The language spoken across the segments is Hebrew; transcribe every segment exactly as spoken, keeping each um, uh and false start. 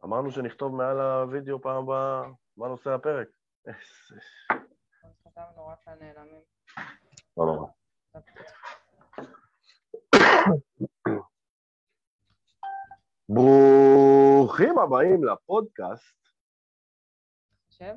אמרנו שנכתוב מעל הווידאו פעם הבאה מה נושא הפרק. כתבנו רק לנעלמים. לא נורא. ברוכים הבאים לפודקאסט. חושב?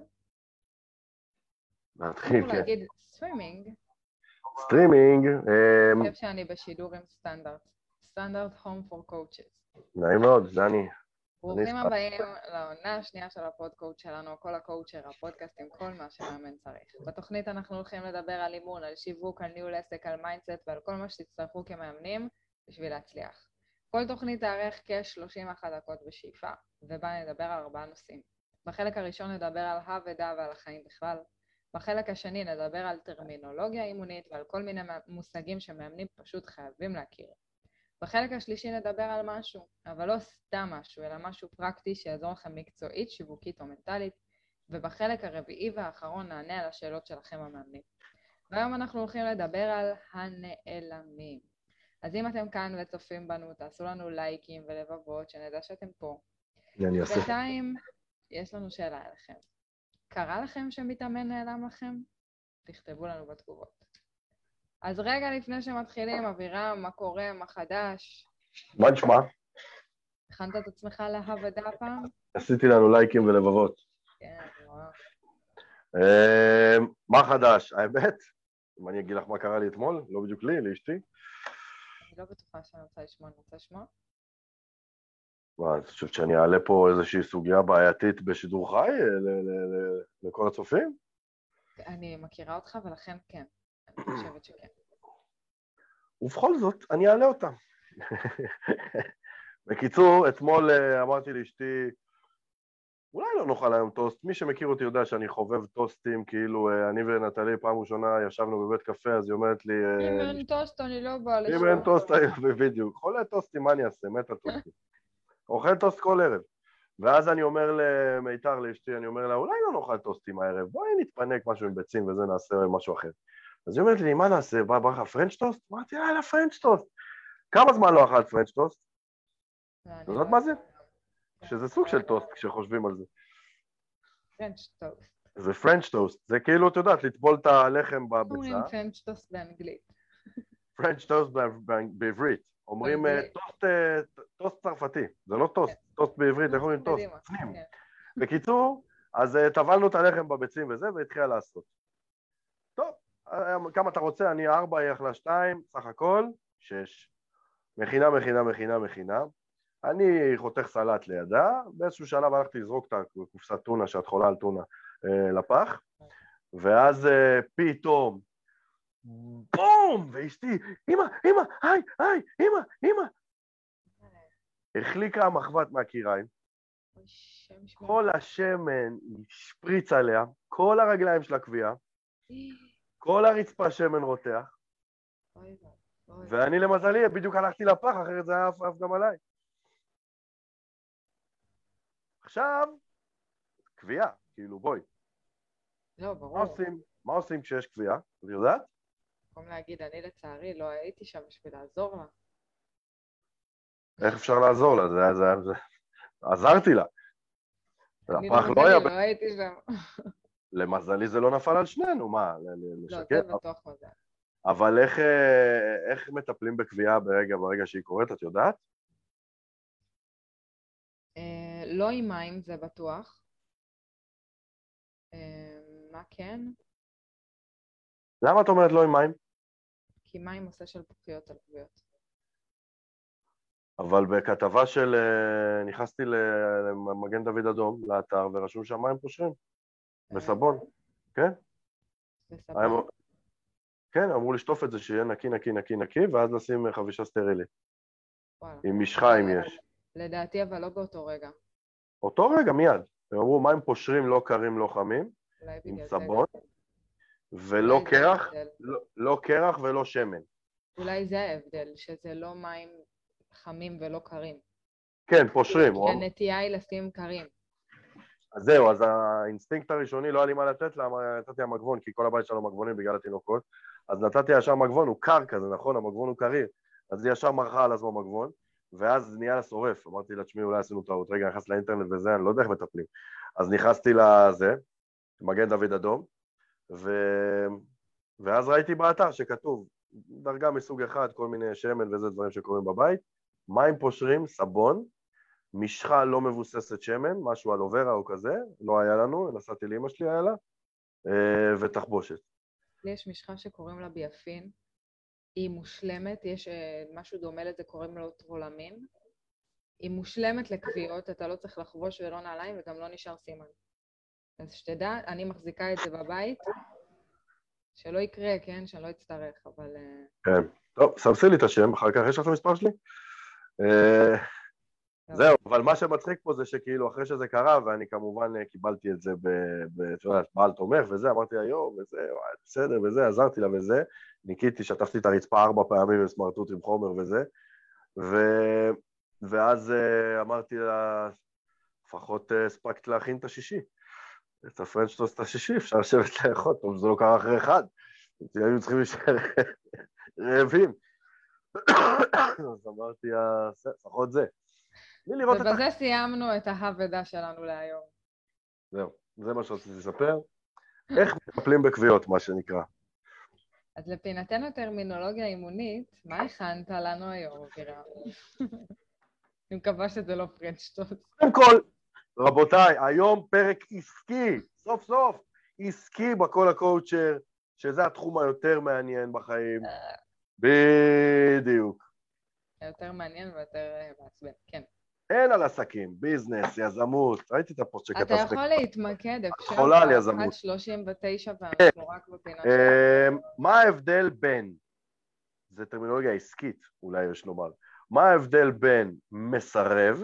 נתחיל, כן. כן. להגיד סטרימינג. סטרימינג. אני חושב שאני בשידור עם סטנדרט. סטנדרט הום פור קואוצ'ס. נעים מאוד, דני. ברוכים הבאים לעונה השנייה של הפודקאסט שלנו, כל הקואוצ'ר, הפודקאסט עם כל מה שמאמן צריך. בתוכנית אנחנו הולכים לדבר על אימון, על שיווק, על ניהול עסק, על מיינדסט ועל כל מה שתצטרכו כמאמנים בשביל להצליח. כל תוכנית תארך כ-שלושים ואחת דקות בשאיפה, ובה נדבר על ארבעה נושאים. בחלק הראשון נדבר על הוודא ועל החיים בכלל. בחלק השני נדבר על טרמינולוגיה אימונית ועל כל מיני מושגים שמאמנים פשוט חייבים להכיר. בחלק השלישי נדבר על משהו, אבל לא סתם משהו, אלא משהו פרקטי שיעזור לכם מקצועית, שיווקית או מנטלית, ובחלק הרביעי והאחרון נענה על השאלות שלכם המאמנים. והיום אנחנו הולכים לדבר על הנעלמים. אז אם אתם כאן וצופים בנו, תעשו לנו לייקים ולבבות, שנדע שאתם פה. בינתיים, יש לנו שאלה אליכם. קרה לכם שמתאמן נעלם לכם? תכתבו לנו בתגובות. אז רגע לפני שמתחילים, אבירם, מה קורה, מה חדש? מה נשמע? הכנת את עצמך להוודא הפעם? עשיתי לנו לייקים ולבבות. כן, אני רואה. מה חדש? האמת? אם אני אגיד לך מה קרה לי אתמול, לא בדיוק לי, לאשתי. אני לא בטוחה שאני רוצה לשמוע, אני רוצה לשמוע? מה, את חושבת שאני אעלה פה איזושהי סוגיה בעייתית בשידור חי לכל הצופים? אני מכירה אותך ולכן כן, אני חושבת שכן. ובכל זאת, אני אעלה אותה. בקיצור, אתמול אמרתי לאשתי, אולי לא נאכל היום טוסט, מי שמכיר אותי יודע שאני חובב טוסטים, כאילו אני ונטלי פעם ראשונה ישבנו בבית קפה, אז היא אומרת לי... אם אין טוסט אני לא באה לשם. אם אין טוסט, בדיוק, חולה טוסטים, מה אני אעשה? מת הטוסטים. אוכל טוסט כל ערב. ואז אני אומר למיתר, לאשתי, אני אומר לה, אולי לא נאכל טוסטים הערב, בואי נתפנק משהו עם ביצים וזה, נעשה משהו אחר. אז היא אומרת לי, מה נעשה? בא בא לך פרנץ' טוסט? אמרתי, יאללה, פרנץ' טוסט. כמה זמן לא אכלת פרנץ' טוסט? אתה יודעת מה זה? שזה סוג של טוסט כשחושבים על זה. פרנץ' טוסט. זה פרנץ' טוסט, זה כאילו, אתה יודעת, לטבול את הלחם בביצה. אומרים פרנץ' טוסט באנגלית. פרנץ' טוסט בעברית. אומרים טוסט צרפתי, זה לא טוסט, טוסט בעברית, איך אומרים טוסט? צנים. בקיצור, אז טבלנו את הלחם בביצים וזה, והתחילה לעשות. טוב, כמה אתה רוצה? אני ארבע, היא אכלה שתיים, סך הכל, שש. מכינה, מכינה, מכינה, מכינה. אני חותך סלט לידה, באיזשהו שלב הלכתי לזרוק את הקופסת טונה, שאת חולה על טונה, לפח, ואז פתאום, בום! ואשתי, אמא, אמא, היי, היי, אמא, אמא. החליקה המחבת מהקיריים, כל השמן השפריץ עליה, כל הרגליים של הקביעה, כל הרצפה שמן רותח, ואני למזלי, בדיוק הלכתי לפח, אחרת זה היה אף גם עליי. עכשיו, קביעה, כאילו בואי. לא, ברור. מה עושים? מה עושים כשיש קביעה? את יודעת? במקום להגיד, אני לצערי לא הייתי שם בשביל לעזור לה. איך אפשר לעזור לה? זה, זה, זה... עזרתי לה. אני למזלי לא הייתי שם. למזלי זה לא נפל על שנינו, מה? לשקר? לא, זה בטוח מזל. אבל איך, איך מטפלים בקביעה ברגע, ברגע שהיא קורית, את יודעת? לא עם מים, זה בטוח. מה כן? למה את אומרת לא עם מים? כי מים עושה של פוחיות על קביעות. אבל בכתבה של, נכנסתי למגן דוד אדום, לאתר, ורשום שהמים פושרים. בסבון, כן? בסבון? כן, אמרו לשטוף את זה שיהיה נקי, נקי, נקי, נקי, ואז לשים חבישה סטרילית. וואלה. עם משחה אם יש. לדעתי, אבל לא באותו רגע. אותו רגע, מיד. הם אמרו, מים פושרים, לא קרים, לא חמים, עם סבון, ולא קרח, לא קרח ולא שמן. אולי זה ההבדל, שזה לא מים חמים ולא קרים. כן, פושרים. כי הנטייה היא לשים קרים. אז זהו, אז האינסטינקט הראשוני לא היה לי מה לתת לה, נתתי המגבון, כי כל הבית שלנו מגבונים בגלל התינוקות, אז נתתי ישר מגבון, הוא קר כזה, נכון? המגבון הוא קריר, אז היא ישר מרחה על עצמו מגבון, ואז נהיה לה שורף, אמרתי לה, תשמעי, אולי עשינו טעות, רגע, נכנס לאינטרנט וזה, אני לא יודע איך מטפלים. אז נכנסתי לזה, מגן דוד אדום, ו... ואז ראיתי באתר שכתוב, דרגה מסוג אחד, כל מיני שמן וזה דברים שקורים בבית, מים פושרים, סבון, משחה לא מבוססת שמן, משהו על אוברה או כזה, לא היה לנו, נסעתי לאמא שלי, היה לה, ותחבושת. יש משחה שקוראים לה ביאפין, היא מושלמת, יש משהו דומה לזה, קוראים לו טרולמין, היא מושלמת לקביעות, אתה לא צריך לחבוש ולא נעליים וגם לא נשאר סימן. אז שתדע, אני מחזיקה את זה בבית, שלא יקרה, כן, שאני לא אצטרך, אבל... כן, טוב, סמסי לי את השם, אחר כך יש לך את המספר שלי? זהו, אבל מה שמצחיק פה זה שכאילו אחרי שזה קרה, ואני כמובן קיבלתי את זה בעל תומך וזה, אמרתי לה יו, וזה, בסדר, וזה, עזרתי לה וזה, ניקיתי, שטפתי את הרצפה ארבע פעמים עם סמרטוט עם חומר וזה, ואז אמרתי לה, לפחות הספקת להכין את השישי, את הפרנצ'טוסט את השישי, אפשר לשבת לאכול, טוב, זה לא קרה אחרי אחד, היינו צריכים להישאר רעבים, אז אמרתי, לפחות זה. ובזה סיימנו את ההוודה שלנו להיום. זהו, זה מה שרציתי לספר. איך מטפלים בקביעות, מה שנקרא. אז לפינתנו טרמינולוגיה אימונית, מה הכנת לנו היום, אבירם? אני מקווה שזה לא פרנצ'טוסט. קודם כל, רבותיי, היום פרק עסקי, סוף סוף, עסקי בכל הקואוצ'ר, שזה התחום היותר מעניין בחיים. בדיוק. יותר מעניין ויותר מעצבן, כן. אין על עסקים, ביזנס, יזמות, ראיתי את הפוסט שכתבת. אתה יכול להתמקד, אפשר חולה על יזמות. אחת שלושים ותשע ואנחנו רק בפינה שלנו. מה ההבדל בין, זה טרמינולוגיה עסקית, אולי יש לומר, מה ההבדל בין מסרב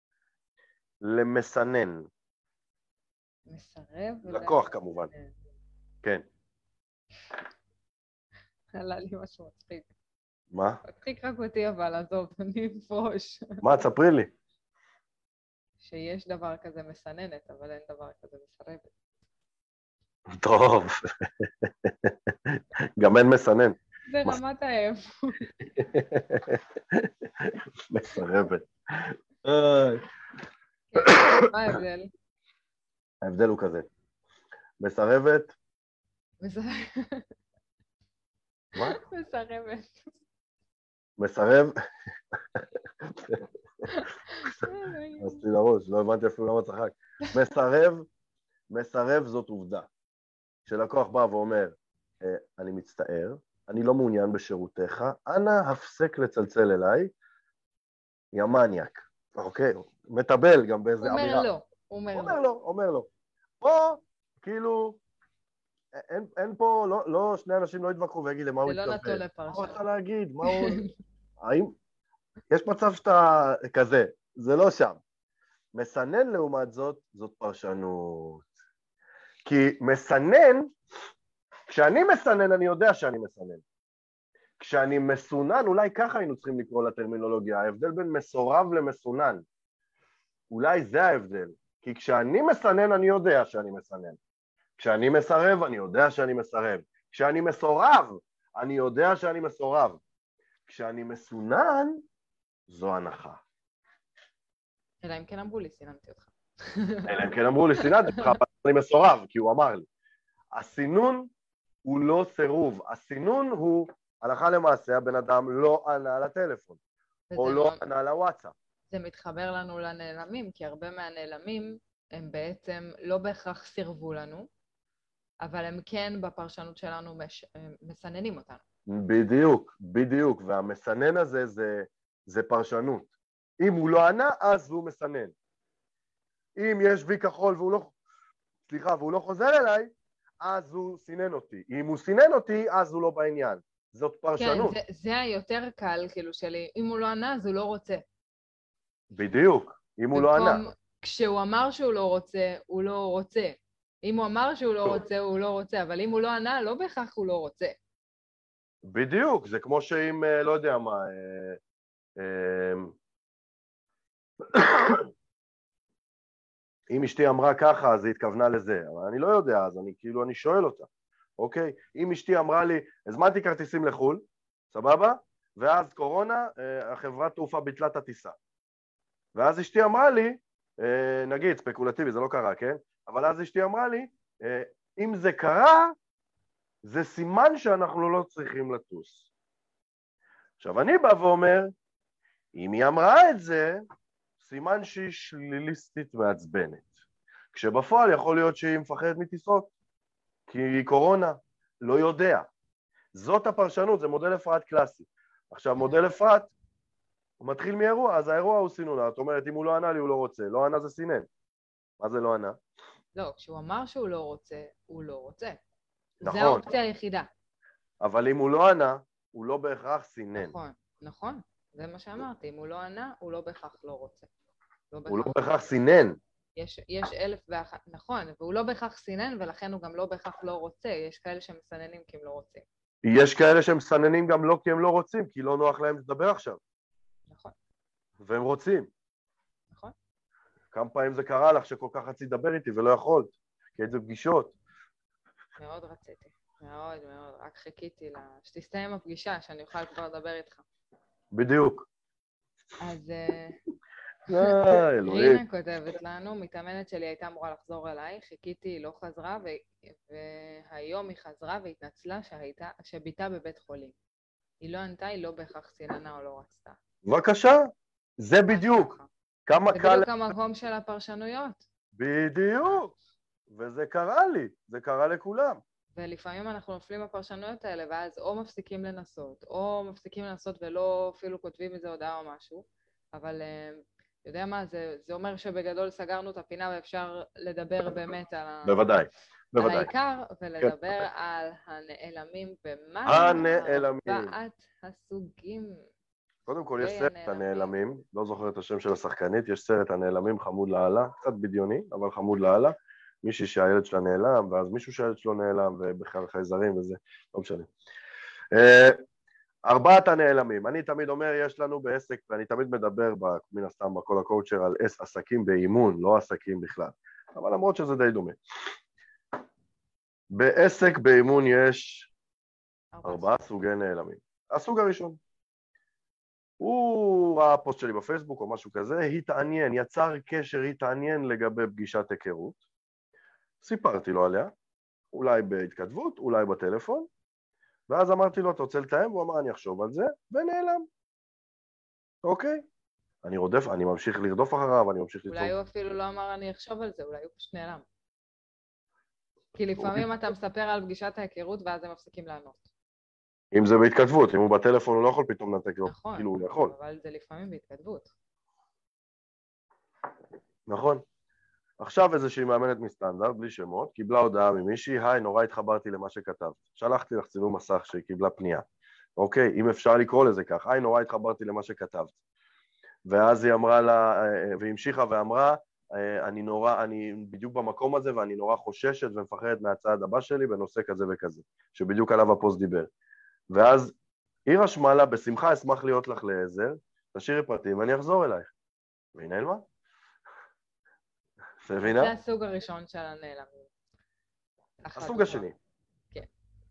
למסנן? מסרב? לקוח כמובן. כן. עלה לי משהו מצחיק. מה? מצחיק רק אותי אבל, עזוב, אני אפרוש. מה, תספרי לי. שיש דבר כזה מסננת, אבל אין דבר כזה מסרבת. טוב. גם אין מסנן. זה רמת העייפות. מסרבת. מה ההבדל? ההבדל הוא כזה. מסרבת. מסרבת. מה? מסרבת. מסרב. עשיתי לראש, לא הבנתי אפילו למה צחק. מסרב, מסרב זאת עובדה. כשלקוח בא ואומר, אני מצטער, אני לא מעוניין בשירותיך, אנא הפסק לצלצל אליי, יא מניאק. אוקיי, מטבל גם באיזה אמירה. אומר לא, אומר לא. אומר לו, אומר לו. פה, כאילו, אין, אין פה, לא, לא, שני אנשים לא יתווכחו ויגיד למה הוא מתכוון. זה לא נתון לפרשן. לפרשן. מה רוצה להגיד? מה הוא... האם... יש מצב שאתה כזה, זה לא שם. מסנן לעומת זאת, זאת פרשנות. כי מסנן, כשאני מסנן, אני יודע שאני מסנן. כשאני מסונן, אולי ככה היינו צריכים לקרוא לטרמינולוגיה, ההבדל בין מסורב למסונן. אולי זה ההבדל. כי כשאני מסנן, אני יודע שאני מסנן. כשאני מסרב, אני יודע שאני מסרב. כשאני מסורב, אני יודע שאני מסורב. כשאני מסונן, זו הנחה. אלא אם כן אמרו לי, סיננתי אותך. אלא אם כן אמרו לי, סיננתי אותך, אבל אני מסורב, כי הוא אמר לי. הסינון הוא לא סירוב. הסינון הוא, הלכה למעשה, הבן אדם לא ענה לטלפון, או לא ענה לוואטסאפ. זה מתחבר לנו לנעלמים, כי הרבה מהנעלמים הם בעצם לא בהכרח סירבו לנו, אבל הם כן בפרשנות שלנו מש... מסננים אותנו. בדיוק, בדיוק, והמסנן הזה זה, זה פרשנות. אם הוא לא ענה, אז הוא מסנן. אם יש וי כחול והוא לא, סליחה, והוא לא חוזר אליי, אז הוא סינן אותי. אם הוא סינן אותי, אז הוא לא בעניין. זאת פרשנות. כן, זה, זה היותר קל, כאילו, שלי. אם הוא לא ענה, אז הוא לא רוצה. בדיוק, אם הוא לא ענה. כשהוא אמר שהוא לא רוצה, הוא לא רוצה. אם הוא אמר שהוא לא רוצה, הוא לא רוצה, אבל אם הוא לא ענה, לא בהכרח הוא לא רוצה. בדיוק, זה כמו שאם, לא יודע מה, אם אשתי אמרה ככה, אז היא התכוונה לזה, אבל אני לא יודע, אז אני כאילו, אני שואל אותה, אוקיי? אם אשתי אמרה לי, הזמנתי כרטיסים לחול, סבבה? ואז קורונה, החברת תעופה ביטלה את הטיסה. ואז אשתי אמרה לי, נגיד, ספקולטיבי, זה לא קרה, כן? אבל אז אשתי אמרה לי, אם זה קרה, זה סימן שאנחנו לא צריכים לטוס. עכשיו, אני בא ואומר, אם היא אמרה את זה, סימן שהיא שליליסטית מעצבנת. כשבפועל יכול להיות שהיא מפחדת מטיסות, כי היא קורונה, לא יודע. זאת הפרשנות, זה מודל אפרת קלאסי. עכשיו, מודל אפרת, הוא מתחיל מאירוע, אז האירוע הוא סינונה. זאת אומרת, אם הוא לא ענה לי, הוא לא רוצה. לא ענה זה סינן. מה זה לא ענה? לא, כשהוא אמר שהוא לא רוצה, הוא לא רוצה. נכון. זה האופציה היחידה. אבל אם הוא לא ענה, הוא לא בהכרח סינן. נכון, נכון. זה מה שאמרתי. אם הוא לא ענה, הוא לא בהכרח לא רוצה. לא הוא לא בהכרח. בהכרח סינן. יש, יש אלף ואחת, נכון, והוא לא בהכרח סינן, ולכן הוא גם לא בהכרח לא רוצה. יש כאלה שמסננים כי הם לא רוצים. יש כאלה שמסננים גם לא כי הם לא רוצים, כי לא נוח להם לדבר עכשיו. נכון. והם רוצים. נכון. כמה פעמים זה קרה לך שכל כך רצית לדבר איתי ולא יכולת, כי איזה פגישות. מאוד רציתי, מאוד מאוד, רק חיכיתי לה, שתסתיים הפגישה, שאני אוכל כבר לדבר איתך. בדיוק. אז אלוהים. רינה כותבת לנו, מתאמנת שלי הייתה אמורה לחזור אליי, חיכיתי, היא לא חזרה, והיום היא חזרה והתנצלה שהייתה, שביתה בבית חולים. היא לא ענתה, היא לא בהכרח סיננה או לא רצתה. בבקשה, זה בדיוק. כמה זה קל... בדיוק המקום של הפרשנויות. בדיוק. וזה קרה לי, זה קרה לכולם. ולפעמים אנחנו נופלים בפרשנויות האלה, ואז או מפסיקים לנסות, או מפסיקים לנסות ולא אפילו כותבים איזה הודעה או משהו, אבל יודע מה, זה, זה אומר שבגדול סגרנו את הפינה ואפשר לדבר באמת על, בוודאי, בוודאי. על העיקר, ולדבר כן. על הנעלמים ומה הנעלמים. ארבעת הסוגים. קודם כל יש סרט הנעלמים, לא זוכר את השם של השחקנית, יש סרט הנעלמים חמוד לעלה, קצת בדיוני, אבל חמוד לעלה. מישהי שהילד שלה נעלם, ואז מישהו שהילד שלו נעלם, ובכלל חייזרים וזה, לא משנה. ארבעת הנעלמים, אני תמיד אומר, יש לנו בעסק, ואני תמיד מדבר, מן הסתם, בכל הקואוצ'ר, על עסקים באימון, לא עסקים בכלל, אבל למרות שזה די דומה. בעסק באימון יש ארבעה סוגי נעלמים. הסוג הראשון, הוא ראה פוסט שלי בפייסבוק או משהו כזה, התעניין, יצר קשר, התעניין לגבי פגישת היכרות, סיפרתי לו עליה, אולי בהתכתבות, אולי בטלפון, ואז אמרתי לו, אתה רוצה לתאם? הוא אמר, אני אחשוב על זה, ונעלם. אוקיי? אני רודף, אני ממשיך לרדוף אחריו, אני ממשיך לצעוק. אולי הוא אפילו לא אמר, אני אחשוב על זה, אולי הוא פשוט נעלם. כי לפעמים אתה מספר על פגישת ההיכרות, ואז הם מפסיקים לענות. אם זה בהתכתבות, אם הוא בטלפון, הוא לא יכול פתאום לנתק לו. נכון, כאילו הוא יכול. אבל זה לפעמים בהתכתבות. נכון. עכשיו איזושהי מאמנת מסטנדרט, בלי שמות, קיבלה הודעה ממישהי, היי, נורא התחברתי למה שכתבת. שלחתי לך צילום מסך שהיא קיבלה פנייה. אוקיי, אם אפשר לקרוא לזה כך, היי, נורא התחברתי למה שכתבת. ואז היא אמרה לה, והמשיכה ואמרה, אני נורא, אני בדיוק במקום הזה, ואני נורא חוששת ומפחדת מהצעד הבא שלי בנושא כזה וכזה, שבדיוק עליו הפוסט דיבר. ואז היא רשמה לה, בשמחה אשמח להיות לך לעזר, תשאירי פרטים ואני אחזור אלייך. והיא נעלמה. זה הסוג הראשון של הנעלמים. הסוג השני. כן.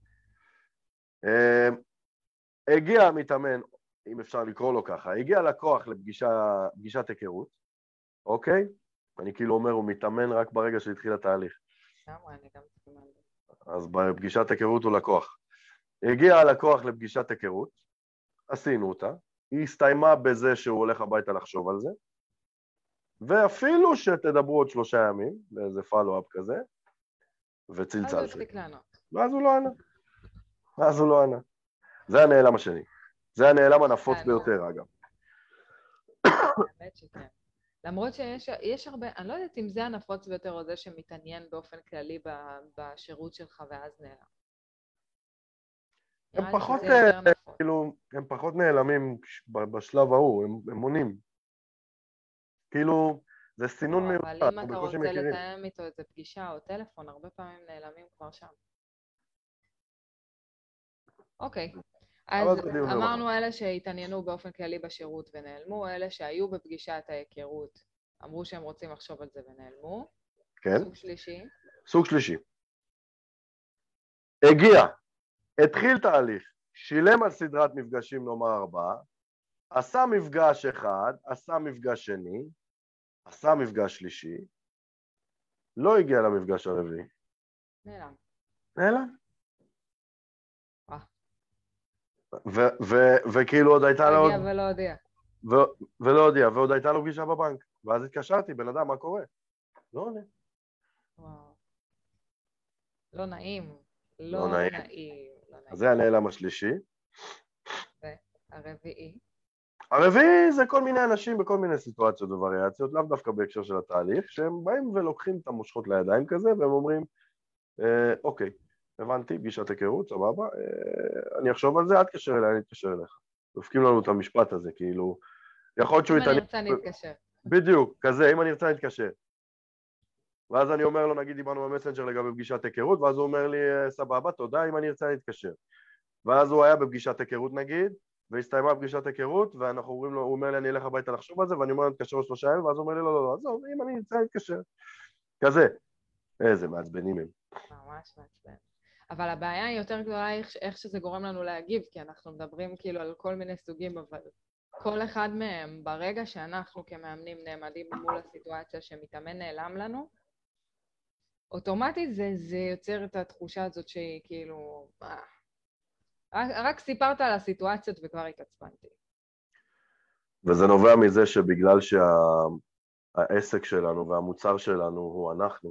הגיע המתאמן, אם אפשר לקרוא לו ככה, הגיע לקוח לפגישת היכרות, אוקיי? אני כאילו אומר, הוא מתאמן רק ברגע שהתחיל התהליך. למה? אני גם מסכימה על זה. אז בפגישת היכרות הוא לקוח. הגיע הלקוח לפגישת היכרות, עשינו אותה, היא הסתיימה בזה שהוא הולך הביתה לחשוב על זה, ואפילו שתדברו עוד שלושה ימים, באיזה פולו-אפ כזה, וצלצל. אז הוא הפסיק לענות. ואז הוא לא ענה. ואז הוא לא ענה. זה הנעלם השני. זה הנעלם הנפוץ ביותר, אגב. באמת שכן. למרות שיש הרבה, אני לא יודעת אם זה הנפוץ ביותר או זה שמתעניין באופן כללי בשירות שלך ואז נעלם. הם פחות, כאילו, הם פחות נעלמים בשלב ההוא, הם מונים. כאילו, זה סינון מיוחד. אבל אם אתה רוצה לתאם איתו איזה פגישה או טלפון, הרבה פעמים נעלמים כבר שם. אוקיי. אז אמרנו אלה שהתעניינו באופן כללי בשירות ונעלמו, אלה שהיו בפגישת ההיכרות, אמרו שהם רוצים לחשוב על זה ונעלמו. כן. סוג שלישי. סוג שלישי. הגיע, התחיל תהליך, שילם על סדרת מפגשים נאמר ארבעה, עשה מפגש אחד, עשה מפגש שני, עשה מפגש שלישי, לא הגיע למפגש הרביעי. נעלם. נעלם. וכאילו עוד הייתה לו... הגיע ולא הודיע. ולא הודיע, ועוד הייתה לו פגישה בבנק. ואז התקשרתי, בן אדם, מה קורה? לא עונה. וואו. לא נעים. לא נעים. אז זה הנעלם השלישי. והרביעי? הרביעי זה כל מיני אנשים בכל מיני סיטואציות ווריאציות, לאו דווקא בהקשר של התהליך, שהם באים ולוקחים את המושכות לידיים כזה, והם אומרים, אוקיי, הבנתי, פגישת היכרות, סבבה, אני אחשוב על זה, אל תקשר אליי, אני אתקשר אליך. דופקים לנו את המשפט הזה, כאילו, יכול להיות שהוא יתעניין... אם אני ארצה להתקשר. בדיוק, כזה, אם אני ארצה להתקשר. ואז אני אומר לו, נגיד, דיברנו במסנג'ר לגבי פגישת היכרות, ואז הוא אומר לי, סבבה, תודה, אם אני ארצה להתקשר. ואז הוא היה בפגישת היכרות, נגיד, והסתיימה פגישת היכרות, ואנחנו אומרים לו, הוא אומר לי, אני אלך הביתה לחשוב על זה, ואני אומר לו, נתקשר לשלושה ימים, ואז הוא אומר לי, לא, לא, לא, עזוב, אם אני ארצה להתקשר. כזה. איזה מעצבנים הם. ממש מעצבן. אבל הבעיה היא יותר גדולה איך שזה גורם לנו להגיב, כי אנחנו מדברים כאילו על כל מיני סוגים, אבל כל אחד מהם, ברגע שאנחנו כמאמנים נעמדים מול הסיטואציה שמתאמן נעלם לנו, אוטומטית זה, זה יוצר את התחושה הזאת שהיא כאילו... רק, רק סיפרת על הסיטואציות וכבר התעצבנתי. וזה נובע מזה שבגלל שהעסק שלנו והמוצר שלנו הוא אנחנו,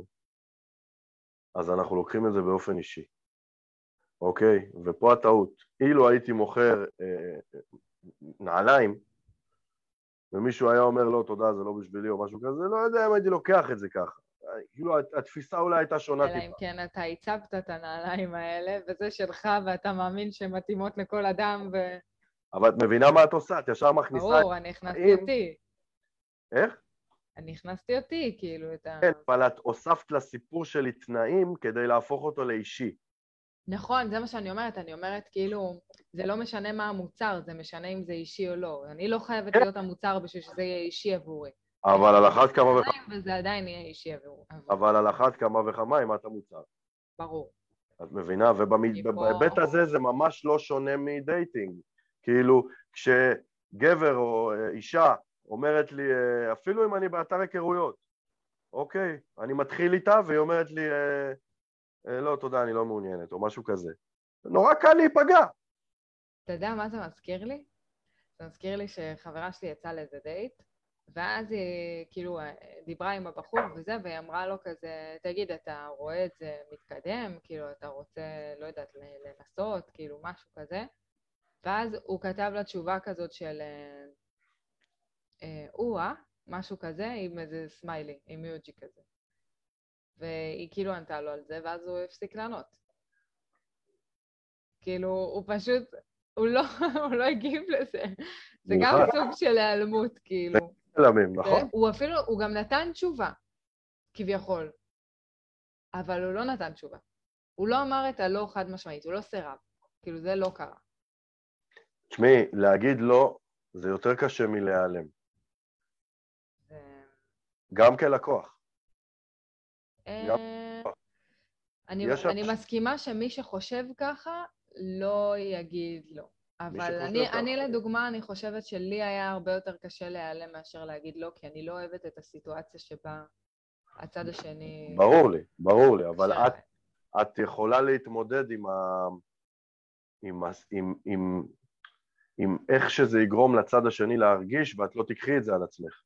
אז אנחנו לוקחים את זה באופן אישי. אוקיי? ופה הטעות. אילו הייתי מוכר אה, נעליים, ומישהו היה אומר, לא, תודה, זה לא בשבילי או משהו כזה, לא יודע אם הייתי לוקח את זה ככה. כאילו, התפיסה אולי הייתה שונה טיפה. אלא אם כן, אתה הצבת את הנעליים האלה, וזה שלך, ואתה מאמין שהן מתאימות לכל אדם, ו... אבל את מבינה מה את עושה? את ישר מכניסה... ברור, אני הכנסתי אותי. איך? אני הכנסתי אותי, כאילו, את ה... כן, אבל את הוספת לסיפור שלי תנאים כדי להפוך אותו לאישי. נכון, זה מה שאני אומרת, אני אומרת, כאילו, זה לא משנה מה המוצר, זה משנה אם זה אישי או לא. אני לא חייבת להיות המוצר בשביל שזה יהיה אישי עבורי. אבל על אחת כמה וכמה... וזה עדיין יהיה אישי עבורי. אבל על אחת כמה וכמה אם אתה מוצר. ברור. את מבינה? ובהיבט הזה זה ממש לא שונה מדייטינג. כאילו, כשגבר או אישה אומרת לי, אפילו אם אני באתר היכרויות, אוקיי, אני מתחיל איתה והיא אומרת לי, לא, תודה, אני לא מעוניינת, או משהו כזה. נורא קל להיפגע. אתה יודע מה זה מזכיר לי? זה מזכיר לי שחברה שלי יצאה לאיזה דייט, ואז היא כאילו דיברה עם הבחור וזה, והיא אמרה לו כזה, תגיד, אתה רואה את זה מתקדם? כאילו, אתה רוצה, לא יודעת, לנסות, כאילו, משהו כזה? ואז הוא כתב לה תשובה כזאת של, או-אה, משהו כזה, עם איזה סמיילי, עם מיוג'י כזה. והיא כאילו ענתה לו על זה, ואז הוא הפסיק לענות. כאילו, הוא פשוט, הוא לא, הוא לא הגיב לזה. זה גם סוג של העלמות, כאילו. נעלמים, נכון? הוא אפילו, הוא גם נתן תשובה, כביכול. אבל הוא לא נתן תשובה. הוא לא אמר את הלא חד משמעית, הוא לא סירב. כאילו, זה לא קרה. תשמעי, להגיד לא, זה יותר קשה מלהיעלם. גם כלקוח. אני, אני מסכימה שמי שחושב ככה לא יגיד לא. אבל אני, אני לדוגמה, אני חושבת שלי היה הרבה יותר קשה להיעלם מאשר להגיד לא, כי אני לא אוהבת את הסיטואציה שבה הצד השני... ברור לי, ברור לי, אבל את, את יכולה להתמודד עם, ה, עם, עם, עם, עם איך שזה יגרום לצד השני להרגיש, ואת לא תקחי את זה על עצמך.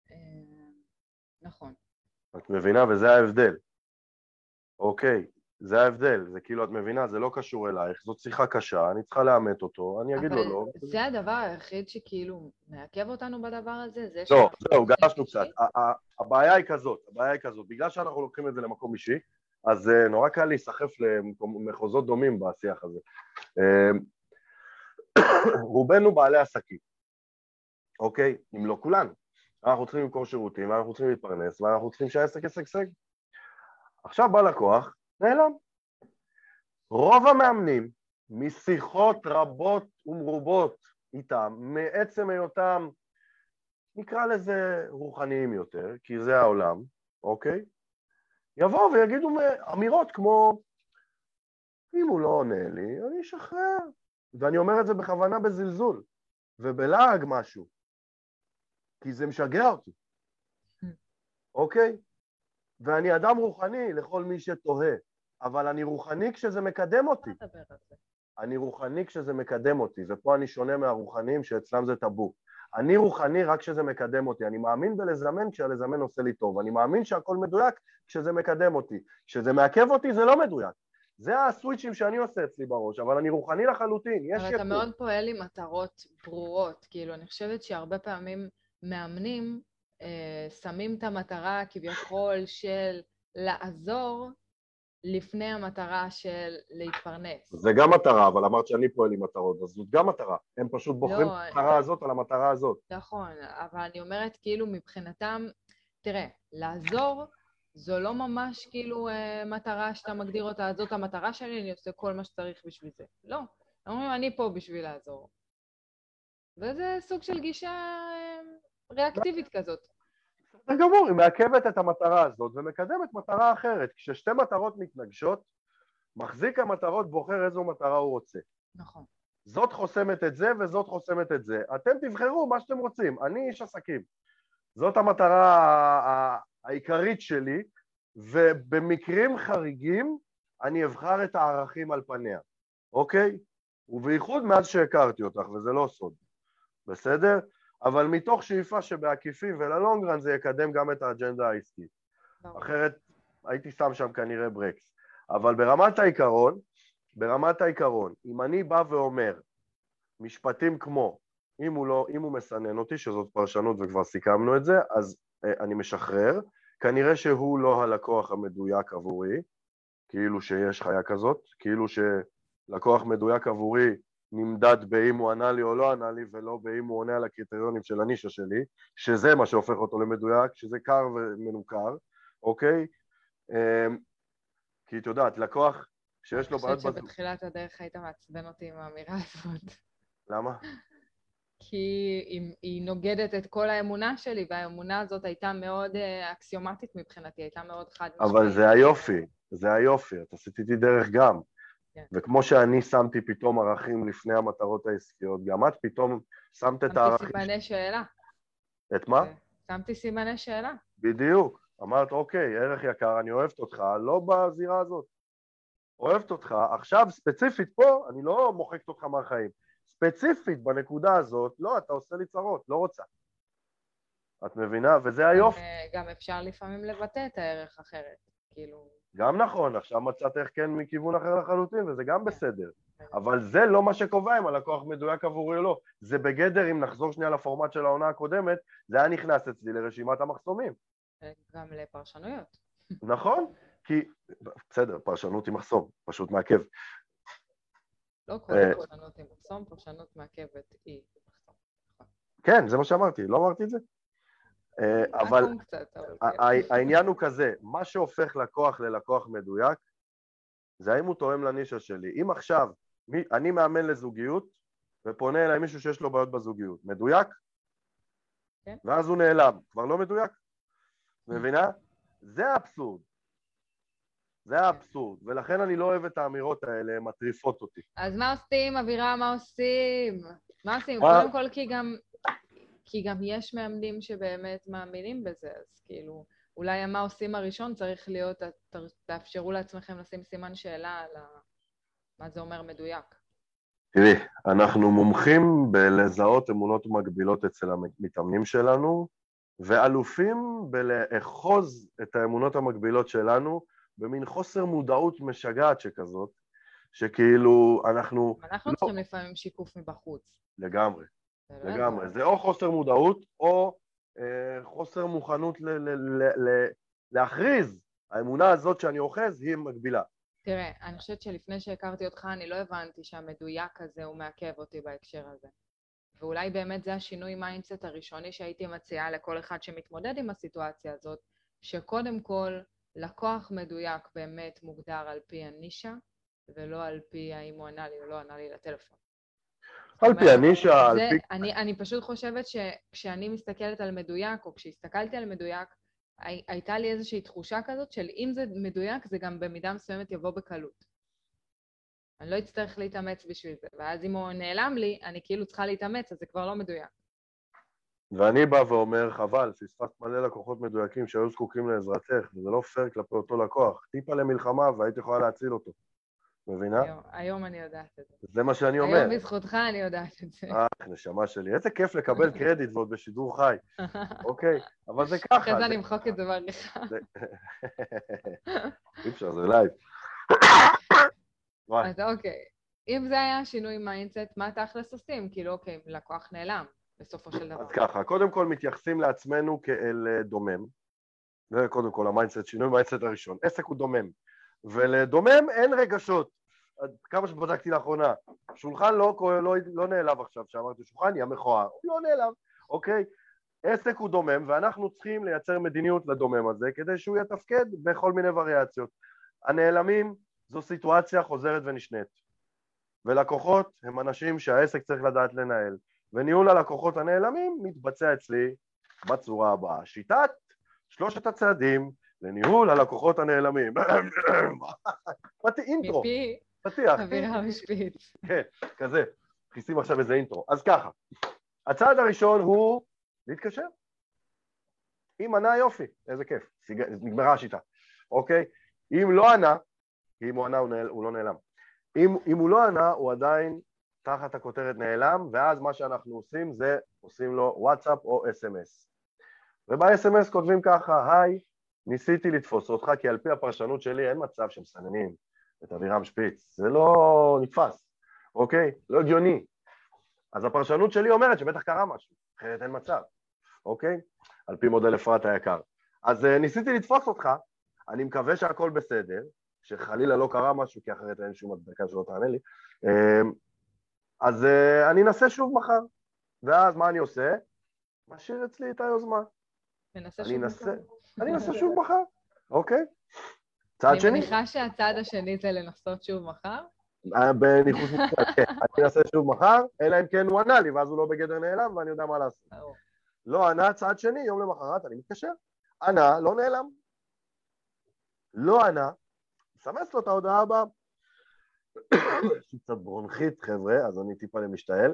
נכון. את מבינה? וזה ההבדל. אוקיי, זה ההבדל. זה כאילו, את מבינה, זה לא קשור אלייך, זאת שיחה קשה, אני צריכה לאמת אותו, אני אגיד לו לא. אבל זה הדבר היחיד שכאילו מעכב אותנו בדבר הזה? לא, זהו, גלשנו קצת. הבעיה היא כזאת, הבעיה היא כזאת. בגלל שאנחנו לוקחים את זה למקום אישי, אז נורא קל להיסחף למחוזות דומים בשיח הזה. רובנו בעלי עסקים, אוקיי? אם לא כולנו. אנחנו צריכים למכור שירותים, ואנחנו צריכים להתפרנס, ואנחנו צריכים שהעסק ישגשג. עכשיו בא לקוח, נעלם. רוב המאמנים, משיחות רבות ומרובות איתם, מעצם היותם, נקרא לזה רוחניים יותר, כי זה העולם, אוקיי? יבואו ויגידו אמירות כמו, אם הוא לא עונה לי, אני אשחרר. ואני אומר את זה בכוונה בזלזול, ובלעג משהו, כי זה משגע אותי, אוקיי? ואני אדם רוחני לכל מי שתוהה, אבל אני רוחני כשזה מקדם אותי. אני רוחני כשזה מקדם אותי, ופה אני שונה מהרוחנים שאצלם זה טאבו. אני רוחני רק כשזה מקדם אותי, אני מאמין בלזמן כשהלזמן עושה לי טוב, אני מאמין שהכל מדויק כשזה מקדם אותי, כשזה מעכב אותי זה לא מדויק. זה הסוויצ'ים שאני עושה אצלי בראש, אבל אני רוחני לחלוטין, יש אבל יקור. אתה מאוד פועל עם מטרות ברורות, כאילו אני חושבת שהרבה פעמים מאמנים אה, שמים את המטרה כביכול של לעזור לפני המטרה של להתפרנס. זה גם מטרה, אבל אמרת שאני פועל עם מטרות, אז זאת גם מטרה. הם פשוט בוחרים לא, את המטרה הזאת על המטרה הזאת. נכון, אבל אני אומרת כאילו מבחינתם, תראה, לעזור זו לא ממש כאילו אה, מטרה שאתה מגדיר אותה, זאת המטרה שלי, אני עושה כל מה שצריך בשביל זה. לא, הם אומרים, אני פה בשביל לעזור. וזה סוג של גישה אה, ריאקטיבית כזאת. בסדר גמור, היא מעכבת את המטרה הזאת ומקדמת מטרה אחרת. כששתי מטרות מתנגשות, מחזיק המטרות בוחר איזו מטרה הוא רוצה. נכון. זאת חוסמת את זה וזאת חוסמת את זה. אתם תבחרו מה שאתם רוצים, אני איש עסקים. זאת המטרה העיקרית שלי, ובמקרים חריגים אני אבחר את הערכים על פניה, אוקיי? ובייחוד מאז שהכרתי אותך, וזה לא סוד, בסדר? אבל מתוך שאיפה שבעקיפים וללונגרן זה יקדם גם את האג'נדה העסקית. אחרת הייתי שם שם כנראה ברקס. אבל ברמת העיקרון, ברמת העיקרון, אם אני בא ואומר משפטים כמו, אם הוא, לא, אם הוא מסנן אותי, שזאת פרשנות וכבר סיכמנו את זה, אז אה, אני משחרר, כנראה שהוא לא הלקוח המדויק עבורי, כאילו שיש חיה כזאת, כאילו שלקוח מדויק עבורי נמדד באם הוא ענה לי או לא ענה לי, ולא באם הוא עונה על הקריטריונים של הנישה שלי, שזה מה שהופך אותו למדויק, שזה קר ומנוכר, אוקיי? אה, כי את יודעת, לקוח שיש לו בעיות... אני חושבת שבתחילת הדרך היית מעצבן אותי עם האמירה הזאת. למה? כי היא, היא נוגדת את כל האמונה שלי, והאמונה הזאת הייתה מאוד אקסיומטית מבחינתי, הייתה מאוד חד משמעית. אבל זה היופי, זה היופי, את עשית איתי דרך גם. כן. וכמו שאני שמתי פתאום ערכים לפני המטרות העסקיות, גם את פתאום שמת את הערכים... שמתי סימני שאלה. את מה? שמתי סימני שאלה. בדיוק. אמרת, אוקיי, ערך יקר, אני אוהבת אותך, לא בזירה הזאת. אוהבת אותך, עכשיו ספציפית פה, אני לא מוחקת אותך מהחיים. ספציפית בנקודה הזאת, לא, אתה עושה לי צרות, לא רוצה. את מבינה? וזה היופי. גם אפשר לפעמים לבטא את הערך אחרת, כאילו... גם נכון, עכשיו מצאת איך כן מכיוון אחר לחלוטין, וזה גם בסדר. אבל זה לא מה שקובע אם הלקוח מדויק עבורי או לא. זה בגדר, אם נחזור שנייה לפורמט של העונה הקודמת, זה היה נכנס אצלי לרשימת המחסומים. גם לפרשנויות. נכון, כי... בסדר, פרשנות עם מחסום, פשוט מעכב. לא כל פרשנות עם מחסום, פרשנות מעכבת היא מחסום. כן, זה מה שאמרתי, לא אמרתי את זה? אבל העניין הוא כזה, מה שהופך לקוח ללקוח מדויק, זה האם הוא תואם לנישה שלי. אם עכשיו אני מאמן לזוגיות, ופונה אליי מישהו שיש לו בעיות בזוגיות, מדויק? ואז הוא נעלם, כבר לא מדויק? מבינה? זה האבסורד. זה האבסורד, ולכן אני לא אוהב את האמירות האלה, הן מטריפות אותי. אז מה עושים, אבירה, מה עושים? מה עושים? קודם כל כי גם... כי גם יש מאמנים שבאמת מאמינים בזה, אז כאילו, אולי מה עושים הראשון צריך להיות, תאפשרו לעצמכם לשים סימן שאלה על מה זה אומר מדויק. תראי, אנחנו מומחים בלזהות אמונות מגבילות אצל המתאמנים שלנו, ואלופים בלאחוז את האמונות המגבילות שלנו, במין חוסר מודעות משגעת שכזאת, שכאילו אנחנו... אנחנו לא... צריכים לפעמים שיקוף מבחוץ. לגמרי. לגמרי, זה או חוסר מודעות או אה, חוסר מוכנות ל- ל- ל- ל- להכריז, האמונה הזאת שאני אוחז היא מגבילה. תראה, אני חושבת שלפני שהכרתי אותך אני לא הבנתי שהמדויק הזה הוא מעכב אותי בהקשר הזה. ואולי באמת זה השינוי מיינדסט הראשוני שהייתי מציעה לכל אחד שמתמודד עם הסיטואציה הזאת, שקודם כל לקוח מדויק באמת מוגדר על פי הנישה, ולא על פי האם הוא ענה לי או לא ענה לי לטלפון. על פי הנישה, על פי... אני, אני פשוט חושבת שכשאני מסתכלת על מדויק, או כשהסתכלתי על מדויק, הי, הייתה לי איזושהי תחושה כזאת של אם זה מדויק, זה גם במידה מסוימת יבוא בקלות. אני לא אצטרך להתאמץ בשביל זה, ואז אם הוא נעלם לי, אני כאילו צריכה להתאמץ, אז זה כבר לא מדויק. ואני בא ואומר, חבל, פספסת מלא לקוחות מדויקים שהיו זקוקים לעזרתך, וזה לא פייר כלפי אותו לקוח. טיפה למלחמה והיית יכולה להציל אותו. מבינה? היום, היום אני יודעת את זה. זה מה שאני אומר. היום בזכותך אני יודעת את זה. אה, נשמה שלי, איזה כיף לקבל קרדיט ועוד בשידור חי. אוקיי, אבל זה ככה. אחרי זה אני אמחוק את זה בעריכה. אי אפשר, זה לייב. אז אוקיי, אם זה היה שינוי מיינדסט, מה תכלס עושים? כאילו, אוקיי, לקוח נעלם, בסופו של דבר. אז ככה, קודם כל מתייחסים לעצמנו כאל דומם. זה קודם כל המיינדסט, שינוי מיינדסט הראשון. עסק הוא דומם. ולדומם אין רגשות. כמה שבדקתי לאחרונה, שולחן לא, לא, לא נעלב עכשיו, שאמרתי שולחן יהיה מכוער, הוא לא נעלב, אוקיי? עסק הוא דומם, ואנחנו צריכים לייצר מדיניות לדומם הזה, כדי שהוא יתפקד בכל מיני וריאציות. הנעלמים זו סיטואציה חוזרת ונשנית, ולקוחות הם אנשים שהעסק צריך לדעת לנהל, וניהול הלקוחות הנעלמים מתבצע אצלי בצורה הבאה. שיטת שלושת הצעדים לניהול הלקוחות הנעלמים. פתי אינטרו. מפי פתיח. אווירה משפיץ. כן, כזה. חיסים עכשיו איזה אינטרו. אז ככה, הצעד הראשון הוא להתקשר. אם ענה יופי, איזה כיף. נגמרה השיטה. אוקיי? אם לא ענה, אם הוא ענה הוא, נעל, הוא לא נעלם. אם, אם הוא לא ענה, הוא עדיין תחת הכותרת נעלם, ואז מה שאנחנו עושים זה עושים לו וואטסאפ או אס אם אס. וב-אס אם אס כותבים ככה, היי, ניסיתי לתפוס אותך, כי על פי הפרשנות שלי אין מצב שמסננים את אבירם שפיץ. זה לא נתפס, אוקיי? לא הגיוני. אז הפרשנות שלי אומרת שבטח קרה משהו, אחרת אין מצב, אוקיי? על פי מודל אפרת היקר. אז ניסיתי לתפוס אותך, אני מקווה שהכל בסדר, שחלילה לא קרה משהו, כי אחרת אין שום הצדקה שלא תענה לי. אז אני אנסה שוב מחר, ואז מה אני עושה? משאיר אצלי את היוזמה. אני אנסה, אני אנסה שוב מחר, אוקיי? צעד שני. אני מניחה שהצעד השני זה לנסות שוב מחר? בניחוש מוצא, כן. אני אנסה שוב מחר, אלא אם כן הוא ענה לי, ואז הוא לא בגדר נעלם, ואני יודע מה לעשות. לא ענה, צעד שני, יום למחרת, אני מתקשר. ענה, לא נעלם. לא ענה, מסמס לו את ההודעה הבאה. יש לי קצת ברונכית, חבר'ה, אז אני טיפה למשתעל.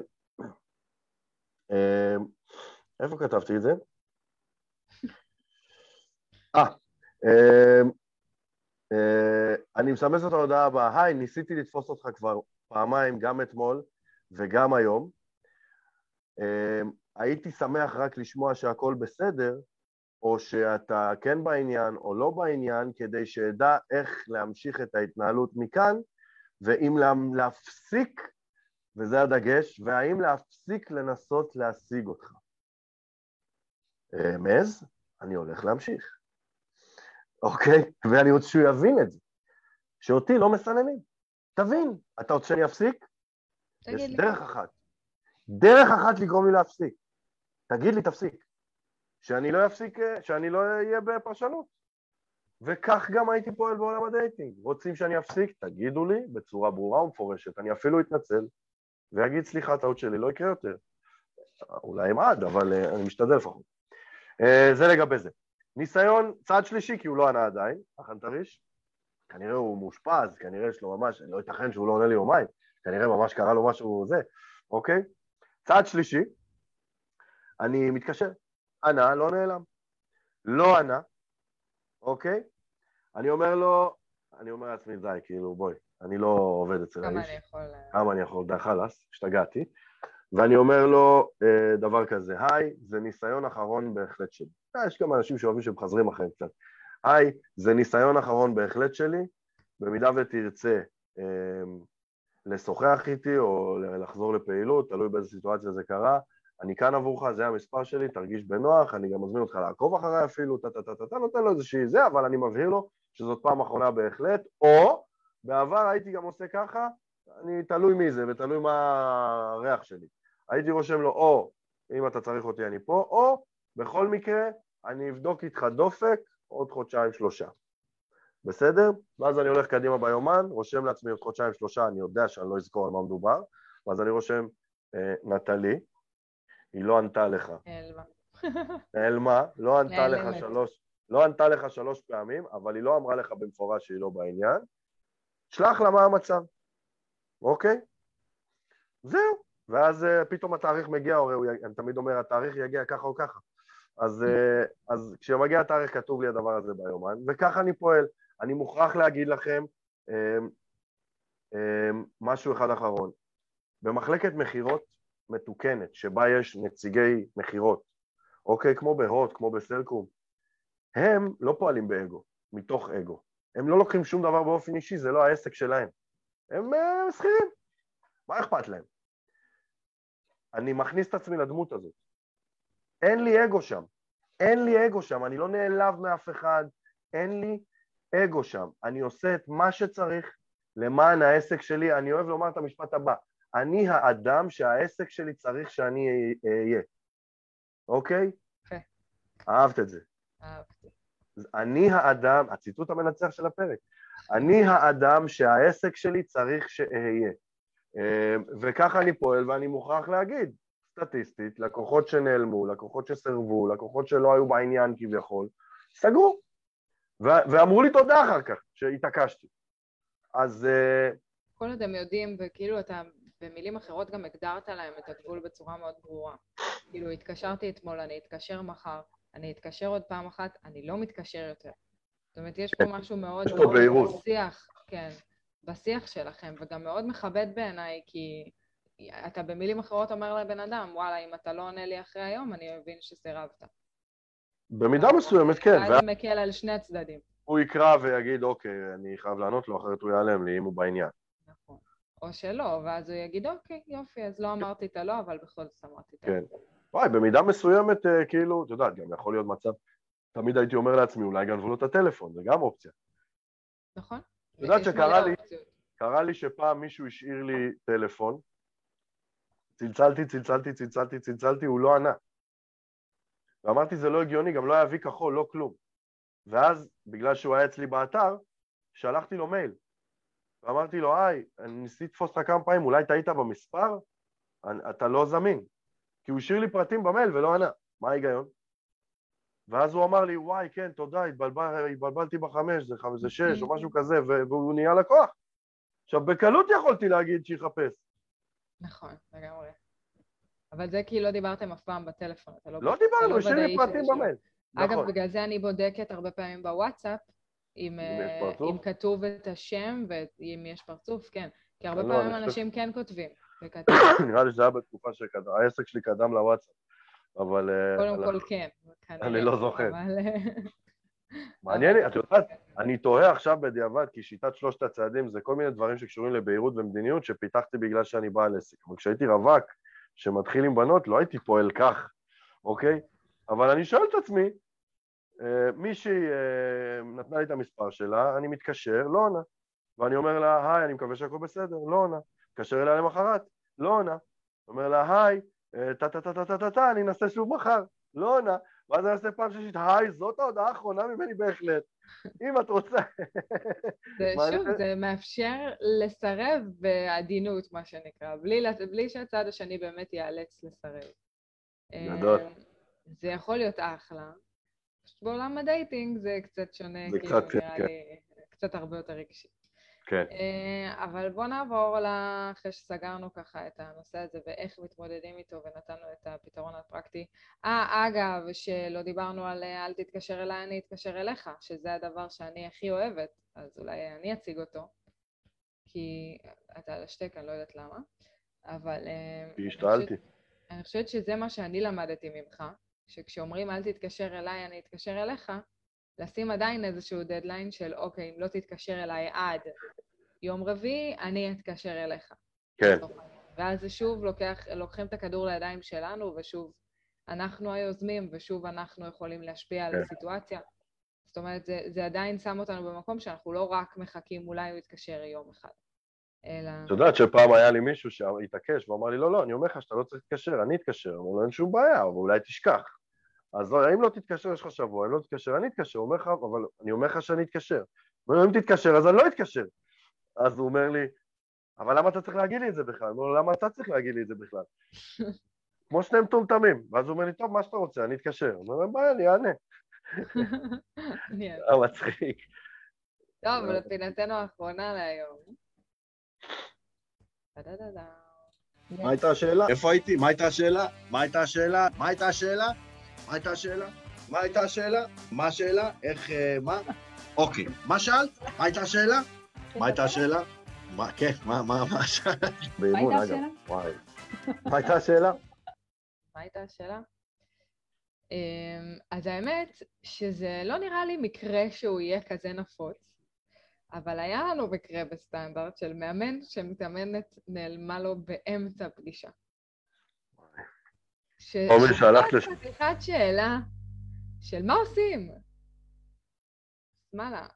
איפה כתבתי את זה? אה, אני מסמס את ההודעה הבאה, היי, ניסיתי לתפוס אותך כבר פעמיים, גם אתמול וגם היום. הייתי שמח רק לשמוע שהכל בסדר, או שאתה כן בעניין או לא בעניין, כדי שידע איך להמשיך את ההתנהלות מכאן, ואם להפסיק, וזה הדגש, והאם להפסיק לנסות להשיג אותך. רמז, אני הולך להמשיך. אוקיי? ואני רוצה שהוא יבין את זה. שאותי לא מסננים. תבין, אתה רוצה שאני אפסיק? יש לי. דרך אחת. דרך אחת לגרום לי להפסיק. תגיד לי, תפסיק. שאני לא אפסיק, שאני לא אהיה בפרשנות. וכך גם הייתי פועל בעולם הדייטינג. רוצים שאני אפסיק? תגידו לי בצורה ברורה ומפורשת. אני אפילו אתנצל, ואגיד, סליחה, טעות שלי לא יקרה יותר. אולי עם עד, אבל אני משתדל לפחות. זה לגבי זה. ניסיון, צעד שלישי, כי הוא לא ענה עדיין, אחן תריש. כנראה הוא מאושפז, כנראה יש לו ממש, לא ייתכן שהוא לא עונה לי יומיים, כנראה ממש קרה לו משהו זה, אוקיי? צעד שלישי, אני מתקשר. ענה, לא נעלם. לא ענה, אוקיי? אני אומר לו, אני אומר לעצמי, די, כאילו, בואי, אני לא עובד אצל האיש. כמה אני יכול... כמה אני יכול, די חלס, השתגעתי. ואני אומר לו דבר כזה, היי, זה ניסיון אחרון בהחלט שלי. יש גם אנשים שאוהבים שמחזרים אחריהם קצת. היי, זה ניסיון אחרון בהחלט שלי, במידה ותרצה אה, לשוחח איתי או לחזור לפעילות, תלוי באיזה סיטואציה זה קרה, אני כאן עבורך, זה המספר שלי, תרגיש בנוח, אני גם מזמין אותך לעקוב אחריי אפילו, אתה נותן לו איזושהי זה, אבל אני מבהיר לו שזאת פעם אחרונה בהחלט, או בעבר הייתי גם עושה ככה, אני תלוי מי זה ותלוי מה הריח שלי. הייתי רושם לו, או אם אתה צריך אותי אני פה, או בכל מקרה אני אבדוק איתך דופק עוד חודשיים שלושה. בסדר? ואז אני הולך קדימה ביומן, רושם לעצמי עוד חודשיים שלושה, אני יודע שאני לא אזכור על מה מדובר, ואז אני רושם, נטלי, היא לא ענתה לך. נעלמה. נעלמה, לא ענתה לך שלוש, לא ענתה לך שלוש פעמים, אבל היא לא אמרה לך במפורש שהיא לא בעניין. שלח לה מה המצב. אוקיי? זהו. ואז פתאום התאריך מגיע, או אני תמיד אומר, התאריך יגיע ככה או ככה. אז, אז כשמגיע התאריך כתוב לי הדבר הזה ביומן, וככה אני פועל. אני מוכרח להגיד לכם משהו אחד אחרון. במחלקת מחירות מתוקנת, שבה יש נציגי מחירות, אוקיי? כמו בהוט, כמו בסלקום, הם לא פועלים באגו, מתוך אגו. הם לא לוקחים שום דבר באופן אישי, זה לא העסק שלהם. הם שכירים. מה אכפת להם? אני מכניס את עצמי לדמות הזאת. אין לי אגו שם. אין לי אגו שם. אני לא נעלב מאף אחד. אין לי אגו שם. אני עושה את מה שצריך למען העסק שלי. אני אוהב לומר את המשפט הבא. אני האדם שהעסק שלי צריך שאני אהיה. אוקיי? כן. אהבת את זה. אהבתי. אני האדם, הציטוט המנצח של הפרק, אני האדם שהעסק שלי צריך שאהיה. וככה אני פועל, ואני מוכרח להגיד, סטטיסטית, לקוחות שנעלמו, לקוחות שסרבו, לקוחות שלא היו בעניין כביכול, סגרו. ואמרו לי תודה אחר כך, שהתעקשתי. אז... כל עוד הם יודעים, וכאילו אתה במילים אחרות גם הגדרת להם את הגבול בצורה מאוד ברורה. כאילו, התקשרתי אתמול, אני אתקשר מחר, אני אתקשר עוד פעם אחת, אני לא מתקשר יותר. זאת אומרת, יש פה משהו מאוד ברור בשיח, כן, בשיח שלכם, וגם מאוד מכבד בעיניי, כי אתה במילים אחרות אומר לבן אדם, וואלה, אם אתה לא עונה לי אחרי היום, אני מבין שסירבת. במידה מסוימת, כן. ואז זה מקל על שני הצדדים. הוא יקרא ויגיד, אוקיי, אני חייב לענות לו, אחרת הוא יעלם לי אם הוא בעניין. נכון. או שלא, ואז הוא יגיד, אוקיי, יופי, אז לא אמרתי את הלא, אבל בכל זאת אמרתי את הלא. כן. וואי, במידה מסוימת, כאילו, אתה יודעת, גם יכול להיות מצב, תמיד הייתי אומר לעצמי, אולי גנבו לו את הטלפון, זה גם אופציה. נכון. אתה יודעת שקרה לי, קרה לי שפעם מישהו השאיר לי טלפון, צלצלתי, צלצלתי, צלצלתי, צלצלתי, הוא לא ענה. ואמרתי, זה לא הגיוני, גם לא היה וי כחול, לא כלום. ואז, בגלל שהוא היה אצלי באתר, שלחתי לו מייל. ואמרתי לו, היי, אני ניסיתי לתפוס אותך כמה פעמים, אולי טעית במספר? אתה לא זמין. כי הוא השאיר לי פרטים במייל ולא ענה. מה ההיגיון? ואז הוא אמר לי, וואי, כן, תודה, התבלבל, התבלבלתי בחמש, זה, זה שש או משהו כזה, והוא נהיה לקוח. עכשיו, בקלות יכולתי להגיד שיחפש. נכון, לגמרי. אבל זה כי לא דיברתם אף פעם בטלפון. לא, לא דיברנו, השאיר לי פרטים במייל. אגב, נכון. בגלל זה אני בודקת הרבה פעמים בוואטסאפ, אם, אם כתוב את השם ואם יש פרצוף, כן. כי הרבה פעמים לא, אנשים חושב... כן כותבים. נראה לי שזה היה בתקופה שהעסק שלי קדם לוואטסאפ. אבל... קודם כל כן. אני לא זוכר. מעניין לי, את יודעת, אני תוהה עכשיו בדיעבד, כי שיטת שלושת הצעדים זה כל מיני דברים שקשורים לבהירות ומדיניות שפיתחתי בגלל שאני בעל עסק. אבל כשהייתי רווק, שמתחיל עם בנות, לא הייתי פועל כך, אוקיי? אבל אני שואל את עצמי, מישהי נתנה לי את המספר שלה, אני מתקשר, לא עונה. ואני אומר לה, היי, אני מקווה שהכל בסדר, לא עונה. מתקשר אליה למחרת, לא עונה. אומר לה, היי, טה-טה-טה-טה-טה, אני אנסה שוב מחר, לא עונה. ואז אני אעשה פעם שלישית, היי, זאת ההודעה האחרונה ממני בהחלט. אם את רוצה. זה שוב, זה מאפשר לסרב בעדינות, מה שנקרא, בלי שהצד השני באמת ייאלץ לסרב. גדול. זה יכול להיות אחלה. בעולם הדייטינג זה קצת שונה, זה קצת, כן. קצת הרבה יותר רגשי. כן. אבל בוא נעבור אחרי שסגרנו ככה את הנושא הזה ואיך מתמודדים איתו ונתנו את הפתרון הפרקטי. אה, אגב, שלא דיברנו על אל תתקשר אליי, אני אתקשר אליך, שזה הדבר שאני הכי אוהבת, אז אולי אני אציג אותו, כי אתה על השתק, אני לא יודעת למה, אבל... כי השתעלתי. אני חושבת שזה מה שאני למדתי ממך, שכשאומרים אל תתקשר אליי, אני אתקשר אליך, לשים עדיין איזשהו דדליין של, אוקיי, אם לא תתקשר אליי עד יום רביעי, אני אתקשר אליך. כן. ואז זה שוב לוקח, לוקחים את הכדור לידיים שלנו, ושוב אנחנו היוזמים, ושוב אנחנו יכולים להשפיע על הסיטואציה. זאת אומרת, זה, זה עדיין שם אותנו במקום שאנחנו לא רק מחכים, אולי הוא יתקשר יום אחד. אלא... את יודעת שפעם היה לי מישהו שהתעקש, ואמר לי, לא, לא, אני אומר לך שאתה לא צריך להתקשר, אני אתקשר. אמרו לו, אין שום בעיה, אבל אולי תשכח. אז אם לא תתקשר, יש לך שבוע, אם לא תתקשר, אני אתקשר, הוא אומר לך, אבל אני אומר לך שאני אתקשר. ואם תתקשר, אז אני לא אתקשר. אז הוא אומר לי, אבל למה אתה צריך להגיד לי את זה בכלל? הוא אומר לו, למה אתה צריך להגיד לי את זה בכלל? כמו שני מטומטמים. ואז הוא אומר לי, טוב, מה שאתה רוצה, אני אתקשר. הוא אומר, ביי, אני אענה. זה מצחיק. טוב, לפינתנו האחרונה להיום. מה הייתה השאלה? איפה הייתי? מה הייתה השאלה? מה הייתה השאלה? מה הייתה השאלה? מה הייתה השאלה? מה הייתה השאלה? מה השאלה? איך, מה? אוקיי, מה שאלת? מה הייתה השאלה? מה הייתה השאלה? מה, כן, מה, מה, מה השאלה? באימון, אגב. מה הייתה השאלה? מה הייתה השאלה? אז האמת שזה לא נראה לי מקרה שהוא יהיה כזה נפוץ, אבל היה לנו מקרה בסטנדרט של מאמן שמתאמנת נעלמה לו באמצע פגישה. שהלכת לש... שיחת שאלה של מה עושים? מה לה?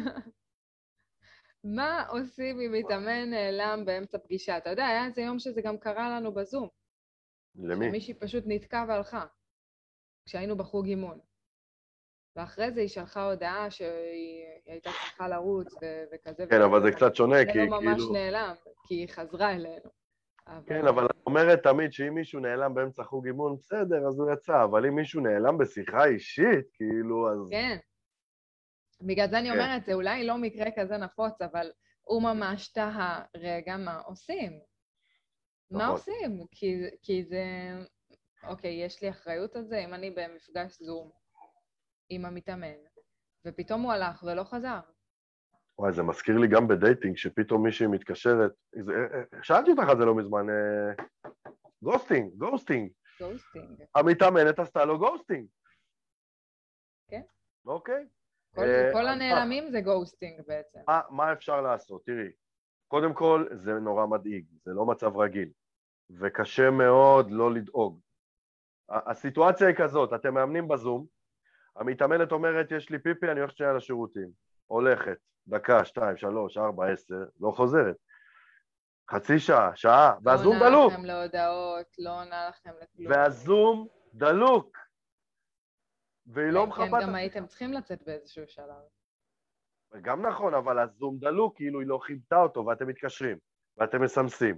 מה עושים אם מתאמן נעלם באמצע פגישה? אתה יודע, היה איזה יום שזה גם קרה לנו בזום. למי? שמישהי פשוט נתקע והלכה, כשהיינו בחוג אימון. ואחרי זה היא שלחה הודעה שהיא הייתה צריכה לרוץ ו- וכזה. כן, אבל זה קצת שונה, כי כאילו... זה לא ממש כאילו... נעלם, כי היא חזרה אלינו. אבל... כן, אבל את אומרת תמיד שאם מישהו נעלם באמצע חוג אימון, בסדר, אז הוא יצא, אבל אם מישהו נעלם בשיחה אישית, כאילו, אז... כן. בגלל זה אני כן. אומרת, זה אולי לא מקרה כזה נפוץ, אבל הוא ממש תהה, רגע, מה עושים? מה עושים? כי, כי זה... אוקיי, יש לי אחריות על זה, אם אני במפגש זום עם המתאמן, ופתאום הוא הלך ולא חזר. וואי, זה מזכיר לי גם בדייטינג, שפתאום מישהי מתקשרת, זה, שאלתי אותך על זה לא מזמן, גוסטינג, גוסטינג. גוסטינג. המתאמנת עשתה לו גוסטינג. כן. אוקיי. כל, כל הנעלמים זה גוסטינג בעצם. מה, מה אפשר לעשות? תראי, קודם כל זה נורא מדאיג, זה לא מצב רגיל, וקשה מאוד לא לדאוג. הסיטואציה היא כזאת, אתם מאמנים בזום, המתאמנת אומרת, יש לי פיפי, אני הולכת שנייה לשירותים. הולכת, דקה, שתיים, שלוש, ארבע, עשר, לא חוזרת. חצי שעה, שעה, והזום דלוק. לא עונה לכם להודעות, לא עונה לכם לכלום. והזום דלוק. והיא לא מחפת... כן, גם הייתם צריכים לצאת באיזשהו שלב. גם נכון, אבל הזום דלוק, כאילו היא לא חיבתה אותו, ואתם מתקשרים, ואתם מסמסים.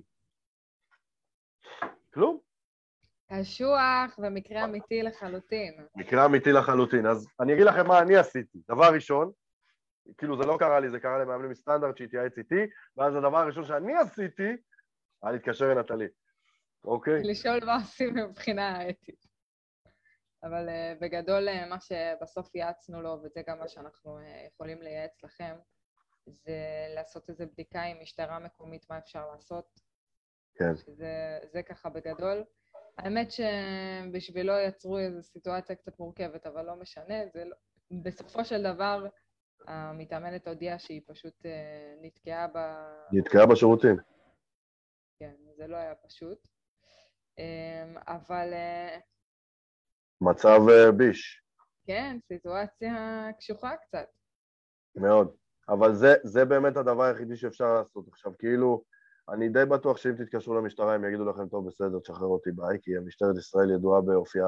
כלום. קשוח ומקרה אמיתי לחלוטין. מקרה אמיתי לחלוטין. אז אני אגיד לכם מה אני עשיתי. דבר ראשון, כאילו זה לא קרה לי, זה קרה למאמנים מסטנדרט שהתייעץ איתי, ואז הדבר הראשון שאני עשיתי, היה להתקשר לנטלי. אוקיי? לשאול מה עושים מבחינה האתית. אבל uh, בגדול uh, מה שבסוף יעצנו לו, וזה גם מה שאנחנו uh, יכולים לייעץ לכם, זה לעשות איזו בדיקה עם משטרה מקומית מה אפשר לעשות. כן. שזה, זה ככה בגדול. האמת שבשבילו יצרו איזו סיטואציה קצת מורכבת, אבל לא משנה, זה לא... בסופו של דבר, המתאמנת הודיעה שהיא פשוט uh, נתקעה ב... נתקעה בשירותים. כן, זה לא היה פשוט. Um, אבל... Uh, מצב uh, ביש. כן, סיטואציה קשוחה קצת. מאוד. אבל זה, זה באמת הדבר היחידי שאפשר לעשות. עכשיו, כאילו, אני די בטוח שאם תתקשרו למשטרה, הם יגידו לכם, טוב, בסדר, תשחרר אותי ביי, כי משטרת ישראל ידועה באופייה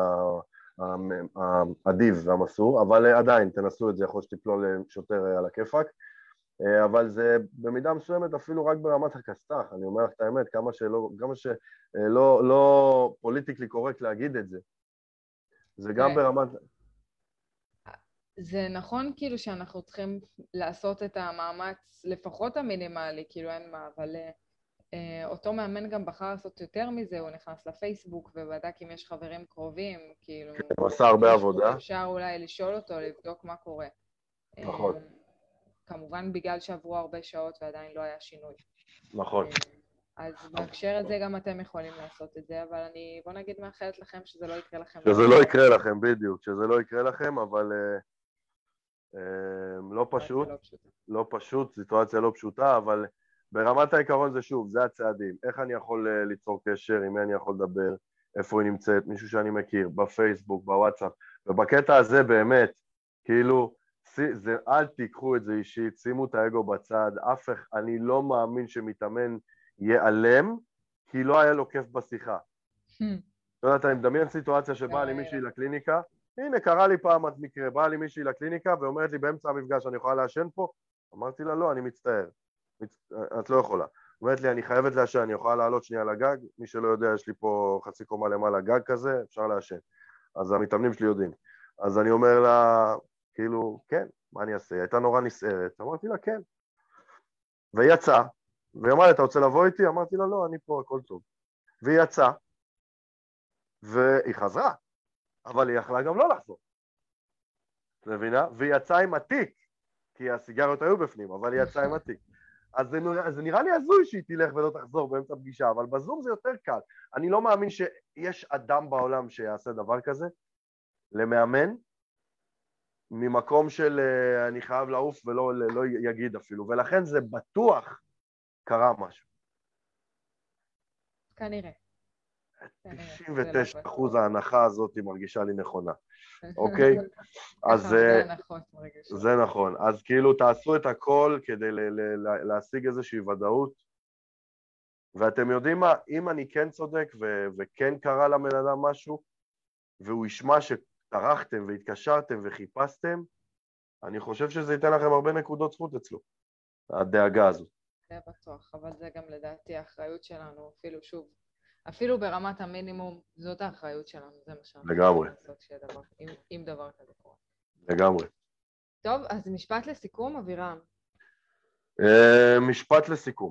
האדיב והמסור, אבל עדיין, תנסו את זה, יכול שתיפלו לשוטר על הכיפק, אבל זה במידה מסוימת אפילו רק ברמת הכסת"ח, אני אומר לך את האמת, כמה שלא, כמה שלא לא פוליטיקלי קורקט להגיד את זה. זה גם ברמת... זה נכון כאילו שאנחנו צריכים לעשות את המאמץ לפחות המינימלי, כאילו אין מה, אבל uh, אותו מאמן גם בחר לעשות יותר מזה, הוא נכנס לפייסבוק ובדק אם יש חברים קרובים, כאילו... כן, הוא עשה הרבה עבודה. אפשר אולי לשאול אותו, לבדוק מה קורה. נכון. Uh, כמובן בגלל שעברו הרבה שעות ועדיין לא היה שינוי. נכון. Uh, אז בהקשר הזה גם אתם יכולים לעשות את זה, אבל אני, בוא נגיד, מאחלת לכם שזה לא יקרה לכם. שזה לא יקרה לכם, בדיוק, שזה לא יקרה לכם, אבל... Uh... לא פשוט, לא פשוט, סיטואציה לא פשוטה, אבל ברמת העיקרון זה שוב, זה הצעדים. איך אני יכול ליצור קשר, עם מי אני יכול לדבר, איפה היא נמצאת, מישהו שאני מכיר, בפייסבוק, בוואטסאפ, ובקטע הזה באמת, כאילו, זה, אל תיקחו את זה אישית, שימו את האגו בצד, אף אחד, אני לא מאמין שמתאמן ייעלם, כי לא היה לו כיף בשיחה. אתה יודעת, אני מדמיין סיטואציה שבאה לי מישהי לקליניקה, הנה, קרה לי פעם את מקרה, באה לי מישהי לקליניקה ואומרת לי באמצע המפגש, אני יכולה לעשן פה? אמרתי לה, לא, אני מצטער, מצ... את לא יכולה. אומרת לי, אני חייבת לעשן, אני יכולה לעלות שנייה לגג, מי שלא יודע, יש לי פה חצי קומה למעלה גג כזה, אפשר לעשן. אז המתאמנים שלי יודעים. אז אני אומר לה, כאילו, כן, מה אני אעשה? היא הייתה נורא נסערת, אמרתי לה, כן. ויצא, והיא אמרה לי, אתה רוצה לבוא איתי? אמרתי לה, לא, אני פה, הכל טוב. והיא יצאה, והיא חזרה, אבל היא יכלה גם לא לחזור. את מבינה? והיא יצאה עם התיק, כי הסיגריות היו בפנים, אבל היא יצאה עם התיק. אז זה, נראה, זה נראה לי הזוי שהיא תלך ולא תחזור באמצע פגישה, אבל בזום זה יותר קל. אני לא מאמין שיש אדם בעולם שיעשה דבר כזה, למאמן, ממקום של אני חייב לעוף ולא לא יגיד אפילו, ולכן זה בטוח קרה משהו. כנראה. תשעים ותשעה אחוז ההנחה הזאת היא מרגישה לי נכונה, אוקיי? אז זה נכון, אז כאילו תעשו את הכל כדי להשיג איזושהי ודאות, ואתם יודעים מה, אם אני כן צודק וכן קרה לבן אדם משהו, והוא ישמע שטרחתם והתקשרתם וחיפשתם, אני חושב שזה ייתן לכם הרבה נקודות זכות אצלו, הדאגה הזאת. זה בטוח, אבל זה גם לדעתי האחריות שלנו, אפילו שוב, אפילו ברמת המינימום, זאת האחריות שלנו, זה מה שאנחנו לגמרי. לעשות שדבר, אם, אם דבר כזה קורה. לגמרי. טוב, אז משפט לסיכום, אבירם. Uh, משפט לסיכום.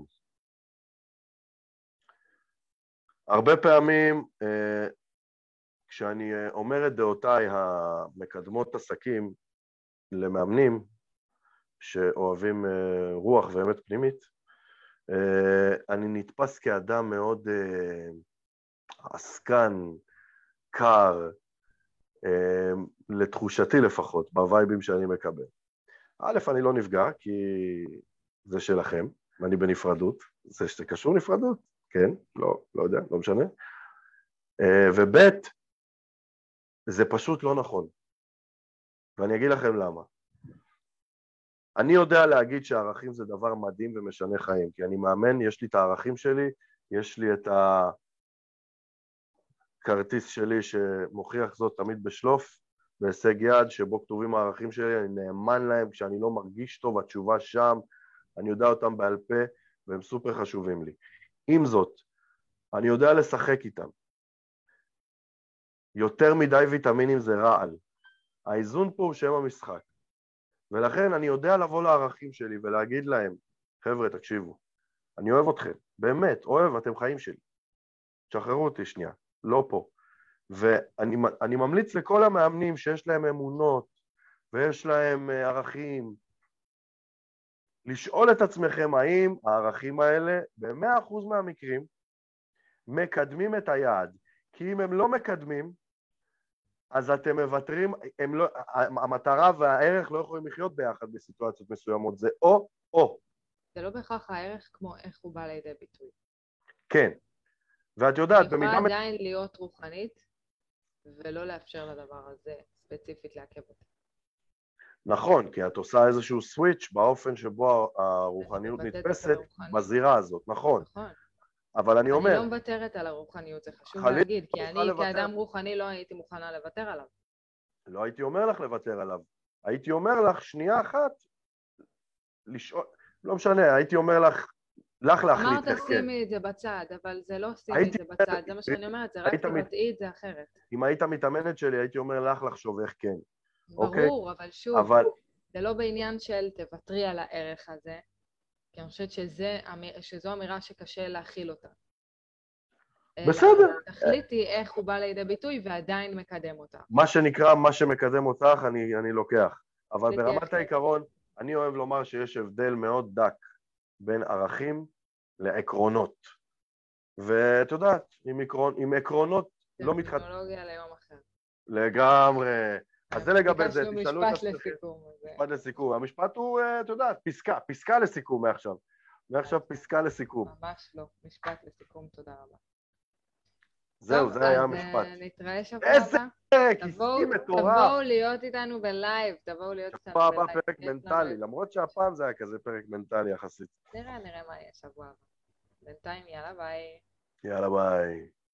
הרבה פעמים, uh, כשאני אומר את דעותיי המקדמות עסקים למאמנים, שאוהבים uh, רוח ואמת פנימית, uh, אני נתפס כאדם מאוד uh, עסקן, קר, uh, לתחושתי לפחות, בווייבים שאני מקבל. א', אני לא נפגע, כי זה שלכם, ואני בנפרדות, זה שזה קשור נפרדות, כן, לא, לא יודע, לא משנה. Uh, וב', זה פשוט לא נכון, ואני אגיד לכם למה. אני יודע להגיד שהערכים זה דבר מדהים ומשנה חיים, כי אני מאמן, יש לי את הערכים שלי, יש לי את הכרטיס שלי שמוכיח זאת תמיד בשלוף, בהישג יד שבו כתובים הערכים שלי, אני נאמן להם כשאני לא מרגיש טוב, התשובה שם, אני יודע אותם בעל פה, והם סופר חשובים לי. עם זאת, אני יודע לשחק איתם. יותר מדי ויטמינים זה רעל. האיזון פה הוא שם המשחק. ולכן אני יודע לבוא לערכים שלי ולהגיד להם, חבר'ה, תקשיבו, אני אוהב אתכם, באמת, אוהב, אתם חיים שלי. תשחררו אותי שנייה, לא פה. ואני אני ממליץ לכל המאמנים שיש להם אמונות, ויש להם ערכים, לשאול את עצמכם האם הערכים האלה, ב-מאה אחוז מהמקרים, מקדמים את היעד. כי אם הם לא מקדמים, אז אתם מבטרים, הם לא, המטרה והערך לא יכולים לחיות ביחד בסיטואציות מסוימות, זה או, או. זה לא בהכרח הערך כמו איך הוא בא לידי ביטוי. כן, ואת יודעת, במידה... אני יכולה עדיין להיות רוחנית, ולא לאפשר לדבר הזה ספציפית לעכב אותה. נכון, כי את עושה איזשהו סוויץ' באופן שבו הרוחניות נתפסת בזירה הזאת, נכון. נכון. אבל אני אומר... אני לא מוותרת על הרוחניות, זה חשוב להגיד, כי אני כאדם רוחני לא הייתי מוכנה לוותר עליו. לא הייתי אומר לך לוותר עליו. הייתי אומר לך, שנייה אחת, לשאול, לא משנה, הייתי אומר לך, לך להחליט. אמרת שימי את זה בצד, אבל זה לא שימי את זה בצד, זה מה שאני אומרת, זה רק תבטאי את זה אחרת. אם היית מתאמנת שלי, הייתי אומר לך לחשוב איך כן. ברור, אבל שוב, זה לא בעניין של תוותרי על הערך הזה, כי אני חושבת שזה, שזו אמירה שקשה להכיל אותה. בסדר. תחליטי איך הוא בא לידי ביטוי ועדיין מקדם אותה. מה שנקרא, מה שמקדם אותך, אני, אני לוקח. אבל ברמת העיקרון, אני אוהב לומר שיש הבדל מאוד דק בין ערכים לעקרונות. ואת יודעת, עם, עקרון, עם עקרונות לא מתחת... זה טכנולוגיה ליום אחר. לגמרי. אז זה לגבי זה, תשאלו את עצמכם. משפט לסיכום. המשפט הוא, את יודעת, פסקה, פסקה לסיכום מעכשיו. מעכשיו פסקה לסיכום. ממש לא, משפט לסיכום, תודה רבה. זהו, זה היה המשפט. אז נתראה שבוע הבא. איזה פרק, עסקי מטורף. תבואו להיות איתנו בלייב, תבואו להיות איתנו בלייב. שבוע הבא פרק מנטלי, למרות שהפעם זה היה כזה פרק מנטלי יחסית. נראה, נראה מה יהיה שבוע הבא. בינתיים, יאללה ביי. יאללה ביי.